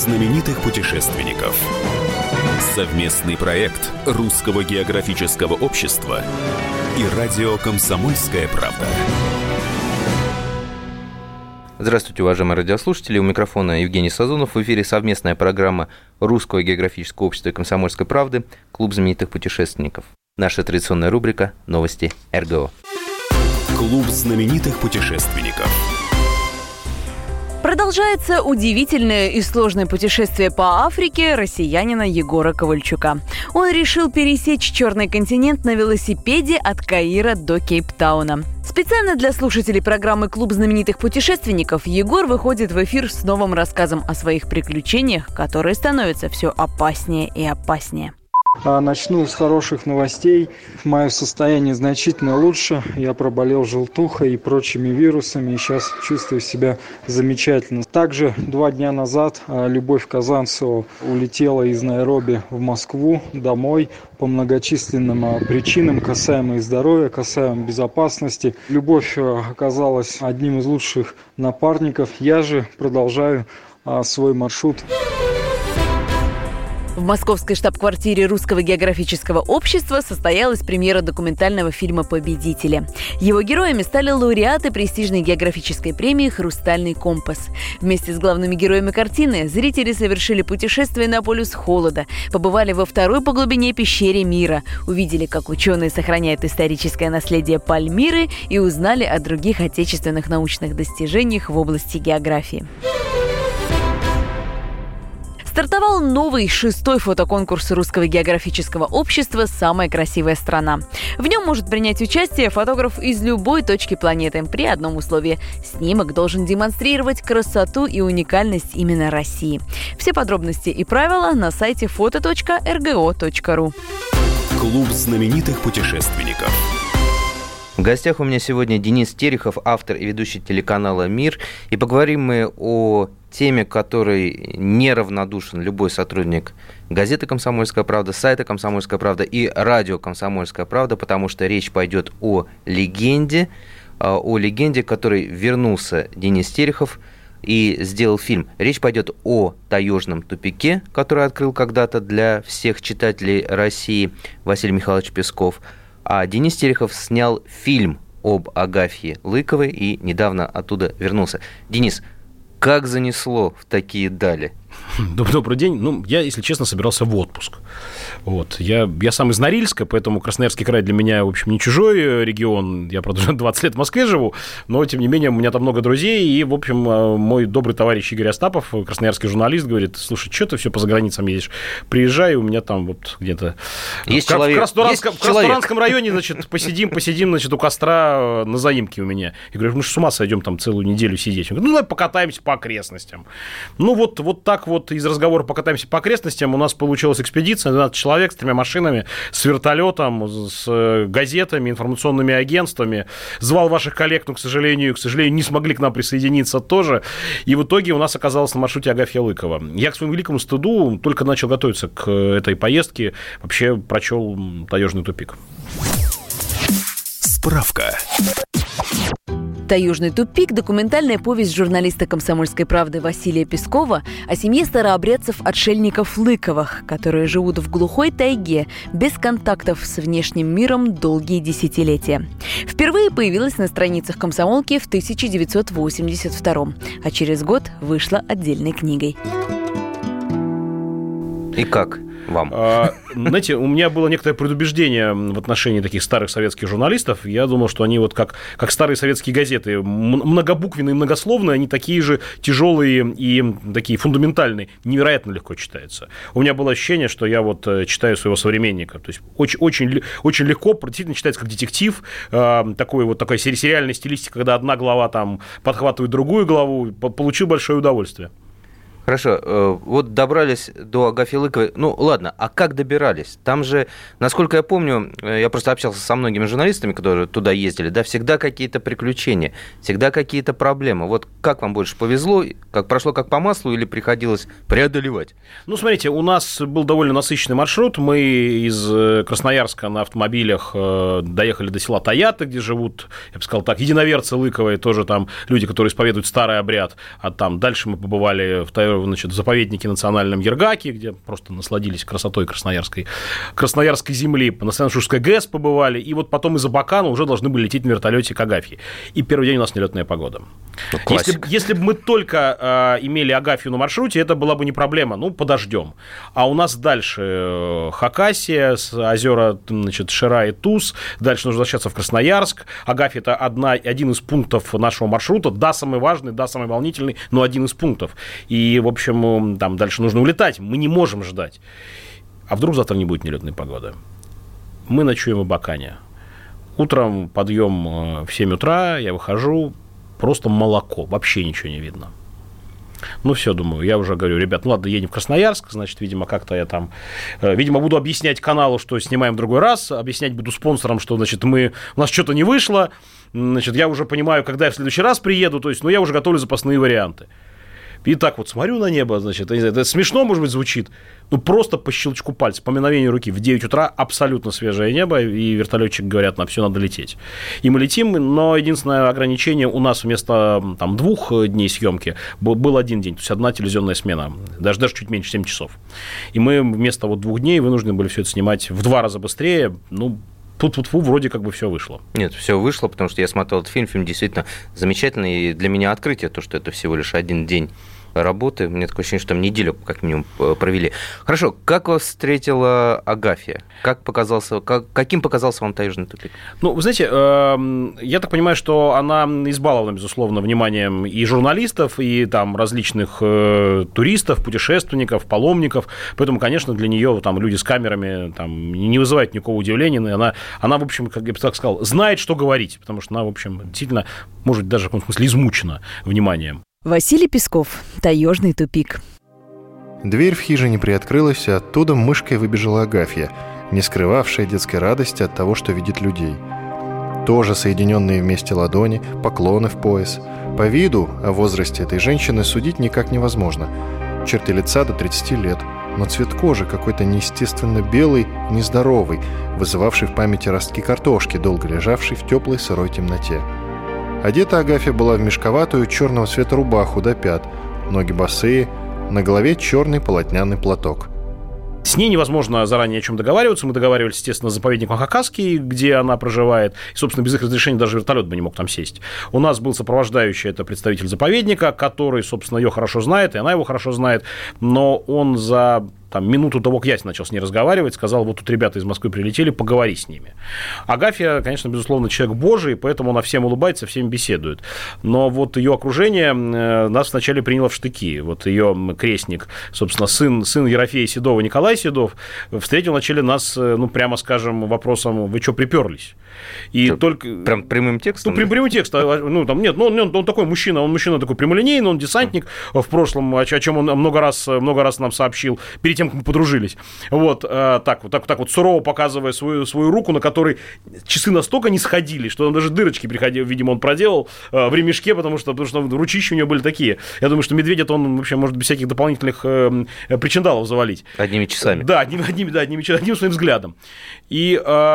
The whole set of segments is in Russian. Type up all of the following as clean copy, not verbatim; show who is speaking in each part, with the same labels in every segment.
Speaker 1: знаменитых путешественников. Совместный проект Русского географического общества и радио «Комсомольская правда».
Speaker 2: Здравствуйте, уважаемые радиослушатели. У микрофона Евгений Сазонов. В эфире совместная программа Русского географического общества и «Комсомольской правды» «Клуб знаменитых путешественников». Наша традиционная рубрика «Новости РГО».
Speaker 1: Клуб знаменитых путешественников.
Speaker 3: Продолжается удивительное и сложное путешествие по Африке россиянина Егора Ковальчука. Он решил пересечь Черный континент на велосипеде от Каира до Кейптауна. Специально для слушателей программы «Клуб знаменитых путешественников» Егор выходит в эфир с новым рассказом о своих приключениях, которые становятся все опаснее и опаснее.
Speaker 4: Начну с хороших новостей. Мое состояние значительно лучше. Я проболел желтухой и прочими вирусами, и сейчас чувствую себя замечательно. Также 2 дня назад Любовь Казанцева улетела из Найроби в Москву домой по многочисленным причинам, касаемо здоровья, касаемо безопасности. Любовь оказалась одним из лучших напарников. Я же продолжаю свой маршрут.
Speaker 3: В московской штаб-квартире Русского географического общества состоялась премьера документального фильма «Победители». Его героями стали лауреаты престижной географической премии «Хрустальный компас». Вместе с главными героями картины зрители совершили путешествие на полюс холода, побывали во второй по глубине пещере мира, увидели, как ученые сохраняют историческое наследие Пальмиры и узнали о других отечественных научных достижениях в области географии. Стартовал новый 6-й фотоконкурс Русского географического общества «Самая красивая страна». В нем может принять участие фотограф из любой точки планеты при одном условии – снимок должен демонстрировать красоту и уникальность именно России. Все подробности и правила на сайте foto.rgo.ru.
Speaker 1: Клуб знаменитых путешественников.
Speaker 2: В гостях у меня сегодня Денис Терехов, автор и ведущий телеканала «Мир». И поговорим мы о теме, которой неравнодушен любой сотрудник газеты «Комсомольская правда», сайта «Комсомольская правда» и радио «Комсомольская правда», потому что речь пойдет о легенде, которой вернулся Денис Терехов и сделал фильм. Речь пойдет о таежном тупике, который открыл когда-то для всех читателей России Василий Михайлович Песков. А Денис Терехов снял фильм об Агафье Лыковой и недавно оттуда вернулся. Денис, как занесло в такие дали?
Speaker 5: Добрый день. Я, если честно, собирался в отпуск. Я сам из Норильска, поэтому Красноярский край для меня, в общем, не чужой регион. Я, правда, уже 20 лет в Москве живу, но, тем не менее, у меня там много друзей. И, в общем, мой добрый товарищ Игорь Остапов, красноярский журналист, говорит: слушай, что ты все по заграницам едешь? Приезжай, у меня там где-то...
Speaker 2: Есть
Speaker 5: в
Speaker 2: человек.
Speaker 5: Краснодарском районе, посидим, у костра на заимке у меня. Я говорю: мы же с ума сойдем там целую неделю сидеть. Он говорит: давай покатаемся по окрестностям. Вот так из разговора «покатаемся по окрестностям» у нас получилась экспедиция, 12 человек с 3 машинами, с вертолетом, с газетами, информационными агентствами. Звал ваших коллег, но, к сожалению, не смогли к нам присоединиться тоже. И в итоге у нас оказалась на маршруте Агафья Лыкова. Я, к своему великому стыду, только начал готовиться к этой поездке, вообще прочел «Таежный тупик».
Speaker 1: Справка.
Speaker 3: «Таежный тупик» – документальная повесть журналиста «Комсомольской правды» Василия Пескова о семье старообрядцев-отшельников Лыковых, которые живут в глухой тайге, без контактов с внешним миром долгие десятилетия. Впервые появилась на страницах «Комсомолки» в 1982, а через год вышла отдельной книгой.
Speaker 2: И как вам?
Speaker 5: Знаете, у меня было некоторое предубеждение в отношении таких старых советских журналистов. Я думал, что они как старые советские газеты, многобуквенные, многословные, они такие же тяжелые и такие фундаментальные, невероятно легко читаются. У меня было ощущение, что я читаю своего современника. То есть очень легко, действительно читается как детектив, такая сериальная стилистика, когда одна глава там подхватывает другую главу, получил большое удовольствие.
Speaker 2: Хорошо, добрались до Агафьи Лыковой. Ладно, а как добирались? Там же, насколько я помню, я просто общался со многими журналистами, которые туда ездили, всегда какие-то приключения, всегда какие-то проблемы. Как вам больше повезло? Как прошло как по маслу или приходилось преодолевать?
Speaker 5: Смотрите, у нас был довольно насыщенный маршрут. Мы из Красноярска на автомобилях доехали до села Таяты, где живут, я бы сказал так, единоверцы Лыковой, тоже там люди, которые исповедуют старый обряд. А там дальше мы побывали в значит, в заповеднике национальном Ергаке, где просто насладились красотой красноярской земли, на Сан-Шушской ГЭС побывали, и вот потом из Абакана уже должны были лететь на вертолете к Агафье. И первый день у нас нелетная погода. Если бы мы только имели Агафью на маршруте, это была бы не проблема, подождем. А у нас дальше Хакасия, озера, значит, Шира и Туз, дальше нужно возвращаться в Красноярск. Агафья – это один из пунктов нашего маршрута, да, самый важный, да, самый волнительный, но один из пунктов. И, в общем, там дальше нужно улетать, мы не можем ждать. А вдруг завтра не будет нелетной погоды? Мы ночуем в Абакане. Утром подъем в 7 утра, я выхожу, просто молоко, вообще ничего не видно. Все, думаю, я уже говорю, ребят, ладно, едем в Красноярск, значит, видимо, как-то я там, буду объяснять каналу, что снимаем в другой раз, объяснять буду спонсорам, что, значит, у нас что-то не вышло, значит, я уже понимаю, когда я в следующий раз приеду, то есть, я уже готовлю запасные варианты. И так вот смотрю на небо, значит, это смешно, может быть, звучит, просто по щелчку пальца, по мгновению руки в 9 утра абсолютно свежее небо, и вертолетчик говорят, на все надо лететь. И мы летим, но единственное ограничение у нас вместо 2 дней съемки был 1 день, то есть 1 телевизионная смена, даже чуть меньше, 7 часов. И мы вместо 2 дней вынуждены были все это снимать в 2 раза быстрее, Тут-тут-фу, вроде как бы все вышло.
Speaker 2: Нет, все вышло, потому что я смотрел этот фильм действительно замечательный, и для меня открытие, то, что это всего лишь 1 день работы. Мне такое ощущение, что там неделю как минимум провели. Хорошо, как вас встретила Агафья? Каким показался вам таежный тупик?
Speaker 5: Вы знаете, я так понимаю, что она избалована, безусловно, вниманием и журналистов, и там различных туристов, путешественников, паломников. Поэтому, конечно, для нее там люди с камерами там не вызывают никакого удивления. Она, в общем, как я бы так сказал, знает, что говорить, потому что она, в общем, действительно, может, даже в каком-то смысле измучена вниманием.
Speaker 3: Василий Песков. Таежный тупик.
Speaker 6: Дверь в хижине приоткрылась, и оттуда мышкой выбежала Агафья, не скрывавшая детской радости от того, что видит людей. Тоже соединенные вместе ладони, поклоны в пояс. По виду о возрасте этой женщины судить никак невозможно. Черты лица до 30 лет, но цвет кожи какой-то неестественно белый, нездоровый, вызывавший в памяти ростки картошки, долго лежавшей в теплой сырой темноте. Одета Агафья была в мешковатую черного цвета рубаху до пят, ноги босые, на голове черный полотняный платок.
Speaker 5: С ней невозможно заранее о чем договариваться. Мы договаривались, естественно, с заповедником Хакасский, где она проживает. И, собственно, без их разрешения даже вертолет бы не мог там сесть. У нас был сопровождающий, это представитель заповедника, который, собственно, ее хорошо знает, и она его хорошо знает. Но он за минуту того, как я начал с ней разговаривать, сказал, вот тут ребята из Москвы прилетели, поговори с ними. Агафья, конечно, безусловно, человек Божий, поэтому она всем улыбается, всем беседует. Но вот ее окружение нас вначале приняло в штыки. Вот ее крестник, собственно, сын Ерофея Седова, Николай Седов, встретил вначале нас, прямо скажем, вопросом, вы что приперлись? И
Speaker 2: что,
Speaker 5: только...
Speaker 2: Прям прямым текстом?
Speaker 5: Прямым текстом. Он такой мужчина, такой прямолинейный, он десантник в прошлом, о чем он много раз нам сообщил, перед тем, как мы подружились. Вот так вот сурово показывая свою руку, на которой часы настолько не сходили, что там даже дырочки, видимо, он проделал в ремешке, потому что ручища у него были такие. Я думаю, что медведя-то он вообще может без всяких дополнительных причиндалов завалить.
Speaker 2: Одними часами.
Speaker 5: Да, одним своим взглядом. И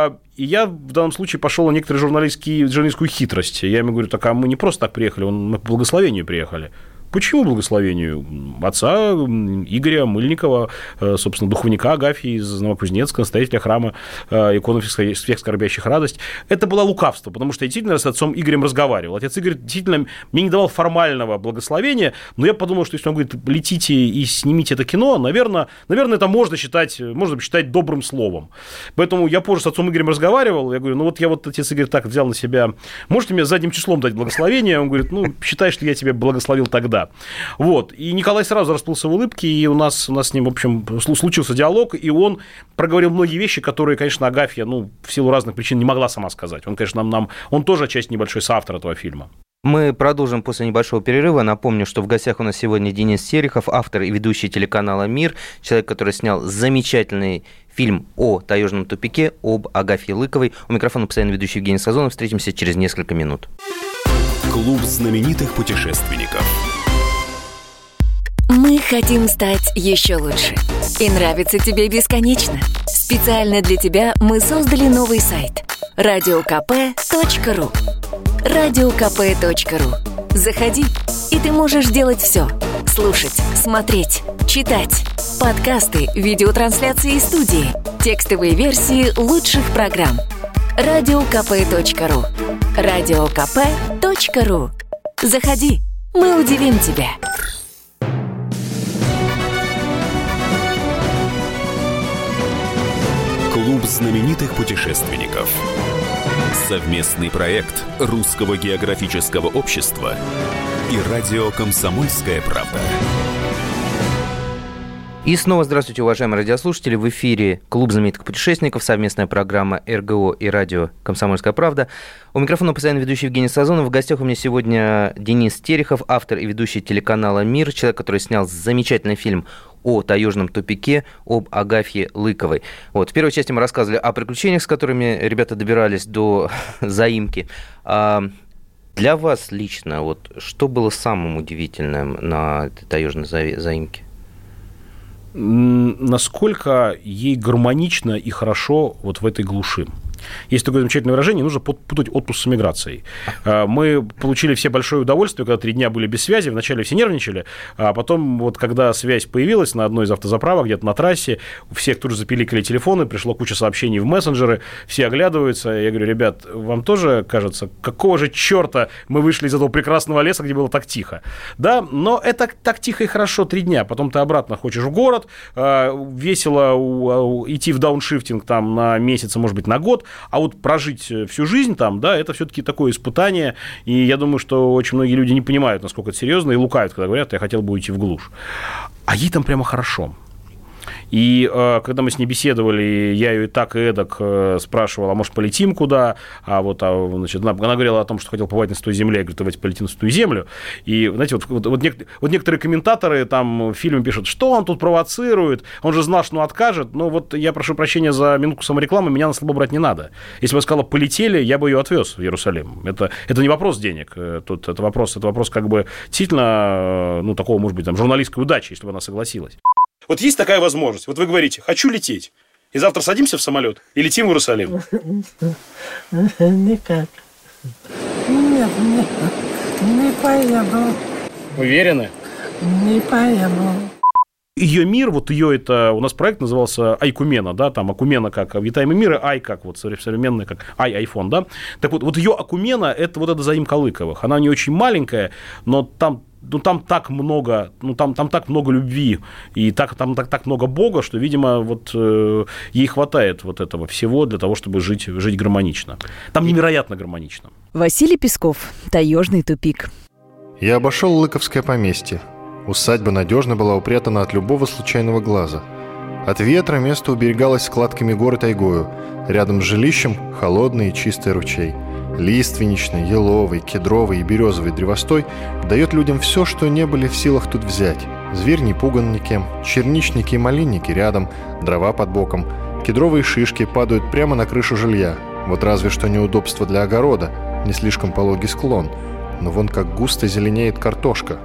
Speaker 5: я в данном случае пошел на некоторую журналистскую хитрость. Я ему говорю, а мы не просто так приехали, мы по благословению приехали. Почему благословению? Отца Игоря Мыльникова, собственно, духовника Агафьи из Новокузнецка, настоятеля храма иконы всех скорбящих радость. Это было лукавство, потому что я действительно с отцом Игорем разговаривал. Отец Игорь действительно мне не давал формального благословения, но я подумал, что если он говорит, летите и снимите это кино, наверное, это можно считать добрым словом. Поэтому я позже с отцом Игорем разговаривал, я говорю, отец Игорь так взял на себя, можете мне задним числом дать благословение? Он говорит, считай, что я тебя благословил тогда. Вот. И Николай сразу расплылся в улыбке, и у нас с ним, в общем, случился диалог, и он проговорил многие вещи, которые, конечно, Агафья, в силу разных причин не могла сама сказать. Он, конечно, он тоже отчасти небольшой соавтор этого фильма.
Speaker 2: Мы продолжим после небольшого перерыва. Напомню, что в гостях у нас сегодня Денис Терехов, автор и ведущий телеканала «Мир», человек, который снял замечательный фильм о таежном тупике, об Агафье Лыковой. У микрофона постоянно ведущий Евгений Сазонов. Встретимся через несколько минут.
Speaker 1: Клуб знаменитых путешественников.
Speaker 7: Мы хотим стать еще лучше. И нравится тебе бесконечно. Специально для тебя мы создали новый сайт radiokp.ru. radiokp.ru. Заходи, и ты можешь делать все. Слушать, смотреть, читать. Подкасты, видеотрансляции из студии. Текстовые версии лучших программ. Радиокп.ру. Радиокп.ру. Заходи, мы удивим тебя.
Speaker 1: Клуб знаменитых путешественников. Совместный проект Русского географического общества и радио «Комсомольская правда».
Speaker 2: И снова здравствуйте, уважаемые радиослушатели. В эфире Клуб знаменитых путешественников, совместная программа РГО и радио «Комсомольская правда». У микрофона постоянно ведущий Евгений Сазонов. В гостях у меня сегодня Денис Терехов, автор и ведущий телеканала «Мир», человек, который снял замечательный фильм о таежном тупике, об Агафье Лыковой. Вот, в первой части мы рассказывали о приключениях, с которыми ребята добирались до заимки. Для вас лично, вот, что было самым удивительным на этой таежной заимке?
Speaker 5: Насколько ей гармонично и хорошо вот в этой глуши. Есть такое замечательное выражение, нужно путать отпуск с эмиграцией. Мы получили все большое удовольствие, когда 3 дня были без связи, вначале все нервничали, а потом, вот, когда связь появилась на одной из автозаправок, где-то на трассе, у всех тут же запиликали телефоны, пришло куча сообщений в мессенджеры, все оглядываются, я говорю, ребят, вам тоже кажется, какого же черта мы вышли из этого прекрасного леса, где было так тихо? Да, но это так тихо и хорошо 3 дня, потом ты обратно хочешь в город, весело идти в дауншифтинг там на месяц, может быть, на год, а вот прожить всю жизнь там, да, это все-таки такое испытание, и я думаю, что очень многие люди не понимают, насколько это серьезно, и лукавят, когда говорят, я хотел бы уйти в глушь. А ей там прямо хорошо. И когда мы с ней беседовали, я ее и так, и эдак спрашивал, а может, полетим куда? Значит, она говорила о том, что хотела побывать на Святой Земле. Я говорю, давайте полетим на Святую Землю. И, знаете, вот некоторые комментаторы там в фильме пишут, что он тут провоцирует, он же знал, что он откажет. Но вот я прошу прощения за минутку саморекламы, меня на слабо брать не надо. Если бы я сказала, полетели, я бы ее отвез в Иерусалим. Это не вопрос денег. Тут это вопрос как бы действительно, ну, такого, может быть, там, журналистской удачи, если бы она согласилась. Вот есть такая возможность. Вот вы говорите, хочу лететь. И завтра садимся в самолет и летим в Иерусалим.
Speaker 8: Никак. Нет, не поеду.
Speaker 5: Уверены?
Speaker 8: Не поеду.
Speaker 5: Ее мир, вот ее это, у нас проект назывался Айкумена, да, там Акумена как обитаемый мир, и Ай как вот современный, как айфон, да. Так вот ее Акумена, это вот эта заимка Лыковых. Она не очень маленькая, но там так много, там так много любви и там так много Бога, что, видимо, вот ей хватает вот этого всего для того, чтобы жить гармонично. Там невероятно гармонично.
Speaker 3: Василий Песков, «Таежный тупик».
Speaker 6: Я обошел Лыковское поместье. Усадьба надежно была упрятана от любого случайного глаза. От ветра место уберегалось складками гор и тайгою. Рядом с жилищем холодный и чистый ручей. Лиственничный, еловый, кедровый и березовый древостой дает людям все, что не были в силах тут взять. Зверь не пуган никем, черничники и малинники рядом, дрова под боком. Кедровые шишки падают прямо на крышу жилья. Вот разве что неудобство для огорода, не слишком пологий склон. Но вон как густо зеленеет картошка.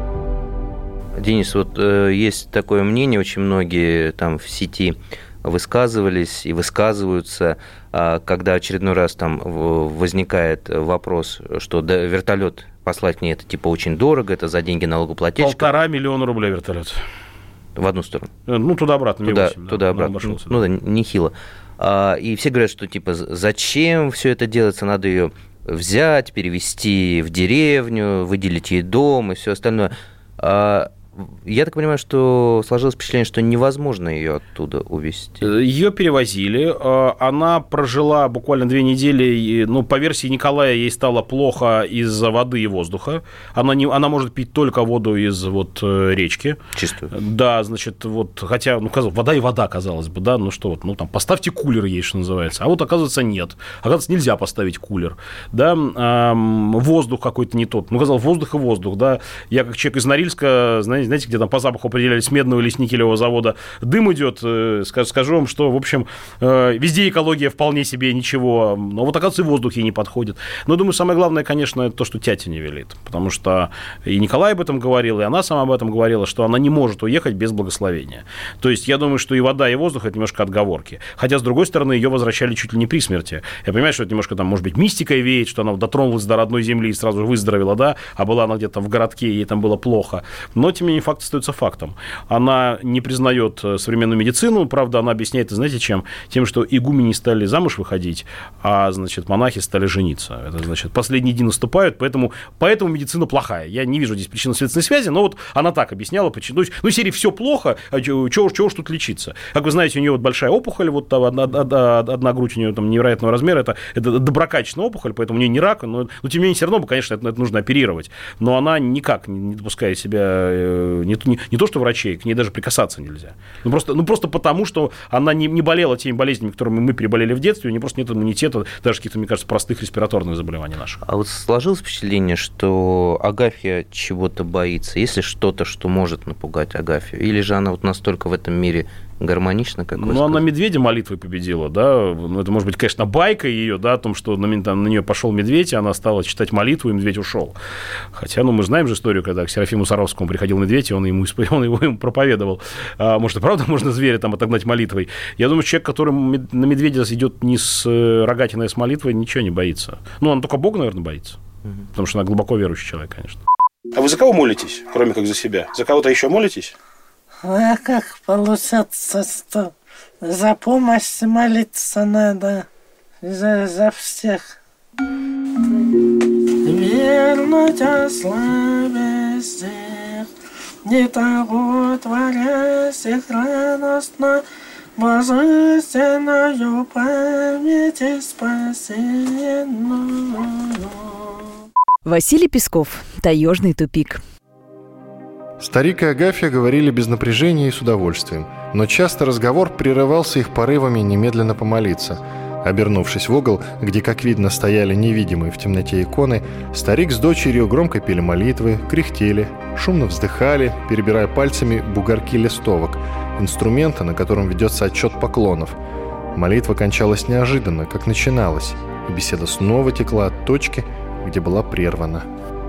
Speaker 2: Денис, вот есть такое мнение, очень многие там в сети высказывались и высказываются, когда очередной раз там возникает вопрос, что вертолет послать мне это типа очень дорого, это за деньги налогоплательщиков.
Speaker 5: 1,5 миллиона рублей вертолет.
Speaker 2: В одну сторону?
Speaker 5: Ну, туда-обратно,
Speaker 2: туда-обратно. Ну да, нехило. И все говорят, что типа зачем все это делается, надо ее взять, перевезти в деревню, выделить ей дом и все остальное. Я так понимаю, что сложилось впечатление, что невозможно ее оттуда увезти.
Speaker 5: Ее перевозили. Она прожила буквально 2 недели. Ну, по версии Николая, ей стало плохо из-за воды и воздуха. Она может пить только воду из вот речки.
Speaker 2: Чистую.
Speaker 5: Да, значит, вот, хотя, ну, вода и вода, казалось бы, да, ну что вот, ну, там, поставьте кулер ей, что называется. А вот, оказывается, нет. Оказывается, нельзя поставить кулер. Да, воздух какой-то не тот. Ну, казалось, воздух и воздух, да. Я, как человек из Норильска, знаете, где там по запаху определяли с медного или с никелевого завода, дым идет, скажу вам, что, в общем, везде экология вполне себе ничего, но вот, оказывается, и воздух ей не подходит. Но, думаю, самое главное, конечно, это то, что тятя не велит, потому что и Николай об этом говорил, и она сама об этом говорила, что она не может уехать без благословения. То есть, я думаю, что и вода, и воздух – это немножко отговорки. Хотя, с другой стороны, ее возвращали чуть ли не при смерти. Я понимаю, что это немножко, там, может быть, мистикой веет, что она дотронулась до родной земли и сразу выздоровела, да, а была она где-то в городке, и ей там было плохо. Но, тем не сожалению, факт остается фактом. Она не признает современную медицину, правда, она объясняет, знаете, чем? Тем, что игумени стали замуж выходить, а, значит, монахи стали жениться. Это, значит, последние дни наступают, поэтому медицина плохая. Я не вижу здесь причинно-следственной связи, но вот она так объясняла, почему. Ну, серии все плохо, а чего уж тут лечиться? Как вы знаете, у нее вот большая опухоль, вот одна грудь у нее там невероятного размера, это доброкачественная опухоль, поэтому у нее не рак, но тем не менее, все равно, конечно, это нужно оперировать. Но она никак не допускает себя, не то что врачей, к ней даже прикасаться нельзя. Ну, просто потому, что она не болела теми болезнями, которыми мы переболели в детстве, у нее просто нет иммунитета, даже каких-то, мне кажется, простых респираторных заболеваний наших.
Speaker 2: А вот сложилось впечатление, что Агафья чего-то боится? Есть ли что-то, что может напугать Агафью? Или же она вот настолько в этом мире гармонична, как вы сказали?
Speaker 5: Она медведя молитвой победила, да. Ну, это, может быть, конечно, байка ее, да, о том, что на нее пошел медведь, и она стала читать молитву, и медведь ушел. Хотя, мы знаем же историю, когда к Серафиму Саровскому приходил медведь, и он его проповедовал. Может, и правда можно зверя там отогнать молитвой? Я думаю, человек, который на медведя идет не с рогатиной, а с молитвой, ничего не боится. Она только Бога, наверное, боится. Потому что она глубоко верующий человек, конечно. А вы за кого молитесь, кроме как за себя? За кого-то еще молитесь?
Speaker 8: А как получается, что за помощь молиться надо за всех? Вернуть ослабе всех, не того творя всех радостно, божественную память спасенную.
Speaker 3: Василий Песков. Таежный тупик.
Speaker 6: Старик и Агафья говорили без напряжения и с удовольствием, но часто разговор прерывался их порывами немедленно помолиться. Обернувшись в угол, где, как видно, стояли невидимые в темноте иконы, старик с дочерью громко пели молитвы, кряхтели, шумно вздыхали, перебирая пальцами бугорки листовок, инструмента, на котором ведется отчет поклонов. Молитва кончалась неожиданно, как начиналась, и беседа снова текла от точки, где была прервана.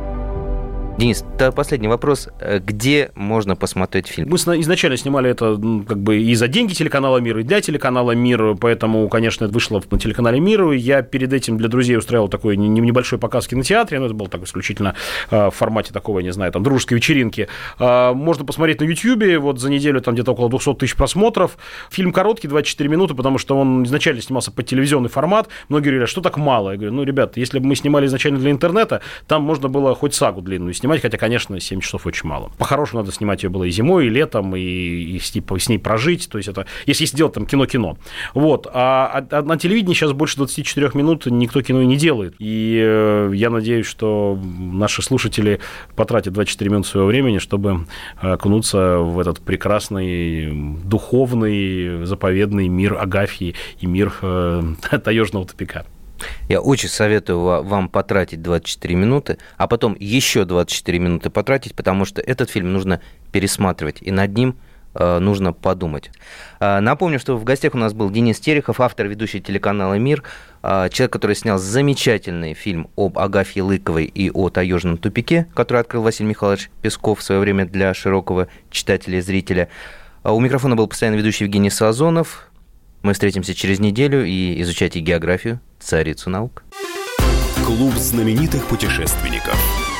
Speaker 2: Денис, последний вопрос. Где можно посмотреть фильм?
Speaker 5: Мы изначально снимали это и за деньги телеканала «Мир», и для телеканала «Мир», поэтому, конечно, это вышло на телеканале «Мир». Я перед этим для друзей устраивал такой небольшой показ в кинотеатре, но это было так исключительно в формате такого, не знаю, дружеской вечеринки. Можно посмотреть на Ютьюбе, вот за неделю там где-то около 200 тысяч просмотров. Фильм короткий, 24 минуты, потому что он изначально снимался под телевизионный формат. Многие говорят, что так мало? Я говорю, ребят, если бы мы снимали изначально для интернета, там можно было хоть сагу длинную снимать, хотя, конечно, 7 часов очень мало. По-хорошему, надо снимать ее было и зимой, и летом, и с ней прожить. То есть, это если делать там кино-кино. Вот. А на телевидении сейчас больше 24 минут никто кино и не делает. И я надеюсь, что наши слушатели потратят 24 минуты своего времени, чтобы окунуться в этот прекрасный, духовный, заповедный мир Агафьи и мир таежного тупика.
Speaker 2: Я очень советую вам потратить 24 минуты, а потом еще 24 минуты потратить, потому что этот фильм нужно пересматривать, и над ним нужно подумать. Напомню, что в гостях у нас был Денис Терехов, автор, ведущий телеканала «Мир», человек, который снял замечательный фильм об Агафье Лыковой и о таежном тупике, который открыл Василий Михайлович Песков в свое время для широкого читателя и зрителя. У микрофона был постоянно ведущий Евгений Сазонов. Мы встретимся через неделю и изучайте географию, царицу наук.
Speaker 1: Клуб знаменитых путешественников.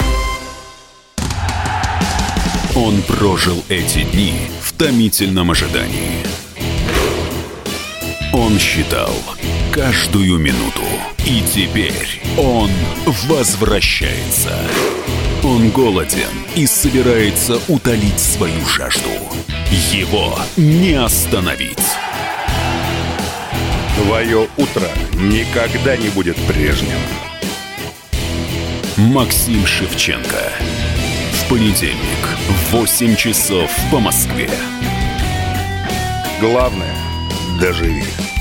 Speaker 1: Он прожил эти дни в томительном ожидании. Он считал каждую минуту. И теперь он возвращается. Он голоден и собирается утолить свою жажду. Его не остановить.
Speaker 9: Твое утро никогда не будет прежним.
Speaker 1: Максим Шевченко. В понедельник в 8 часов по Москве.
Speaker 9: Главное – доживи.